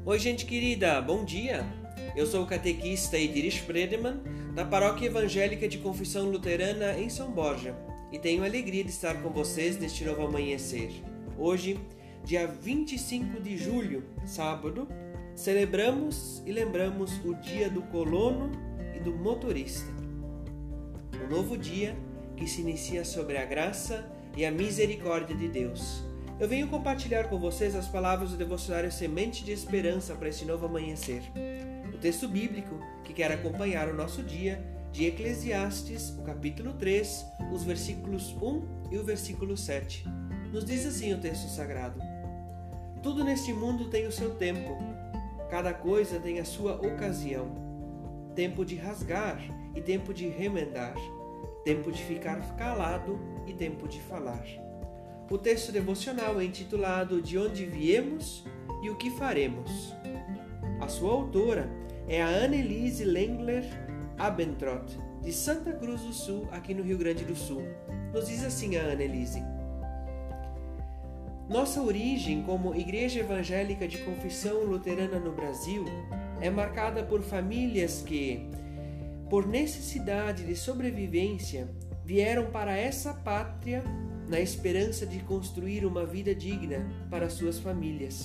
Oi, gente querida, bom dia! Eu sou o catequista Idris Fredeman, da Paróquia Evangélica de Confissão Luterana em São Borja, e tenho a alegria de estar com vocês neste novo amanhecer. Hoje, dia 25 de julho, sábado, celebramos e lembramos o dia do colono e do motorista. Um novo dia que se inicia sobre a graça e a misericórdia de Deus. Eu venho compartilhar com vocês as palavras do devocionário Semente de Esperança para esse novo amanhecer. O texto bíblico que quer acompanhar o nosso dia, de Eclesiastes, o capítulo 3, os versículos 1 e o versículo 7. Nos diz assim o texto sagrado: Tudo neste mundo tem o seu tempo, cada coisa tem a sua ocasião. Tempo de rasgar e tempo de remendar, tempo de ficar calado e tempo de falar. O texto devocional é intitulado De Onde Viemos e o que Faremos. A sua autora é a Annelise Lengler Abendroth, de Santa Cruz do Sul, aqui no Rio Grande do Sul. Nos diz assim a Annelise: Nossa origem como Igreja Evangélica de Confissão Luterana no Brasil é marcada por famílias que, por necessidade de sobrevivência, vieram para essa pátria na esperança de construir uma vida digna para suas famílias.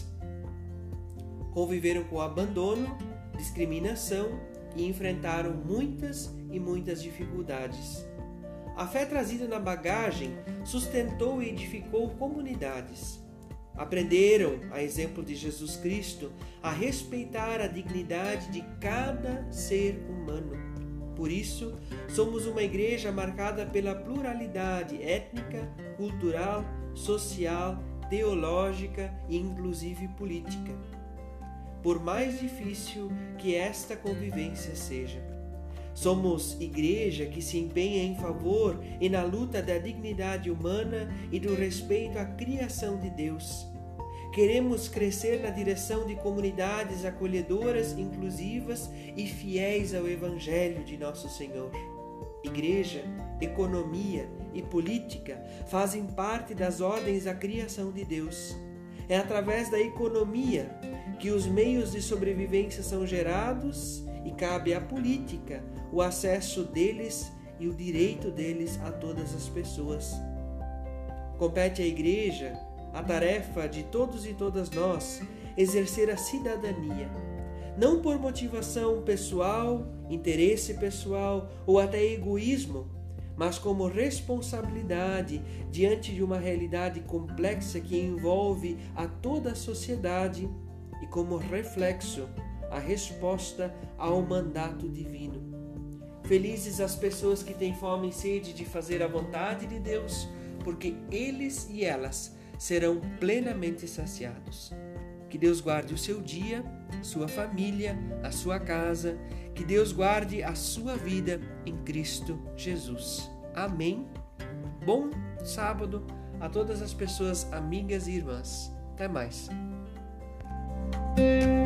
Conviveram com abandono, discriminação e enfrentaram muitas e muitas dificuldades. A fé trazida na bagagem sustentou e edificou comunidades. Aprenderam, a exemplo de Jesus Cristo, a respeitar a dignidade de cada ser humano. Por isso, somos uma igreja marcada pela pluralidade étnica, cultural, social, teológica e inclusive política. Por mais difícil que esta convivência seja, somos igreja que se empenha em favor e na luta da dignidade humana e do respeito à criação de Deus. Queremos crescer na direção de comunidades acolhedoras, inclusivas e fiéis ao Evangelho de Nosso Senhor. Igreja, economia e política fazem parte das ordens da criação de Deus. É através da economia que os meios de sobrevivência são gerados e cabe à política o acesso deles e o direito deles a todas as pessoas. Compete à Igreja a tarefa de todos e todas nós exercer a cidadania, não por motivação pessoal, interesse pessoal ou até egoísmo, mas como responsabilidade diante de uma realidade complexa que envolve a toda a sociedade e como reflexo a resposta ao mandato divino. Felizes as pessoas que têm fome e sede de fazer a vontade de Deus, porque eles e elas serão plenamente saciados. Que Deus guarde o seu dia, sua família, a sua casa. Que Deus guarde a sua vida em Cristo Jesus. Amém. Bom sábado a todas as pessoas amigas e irmãs. Até mais.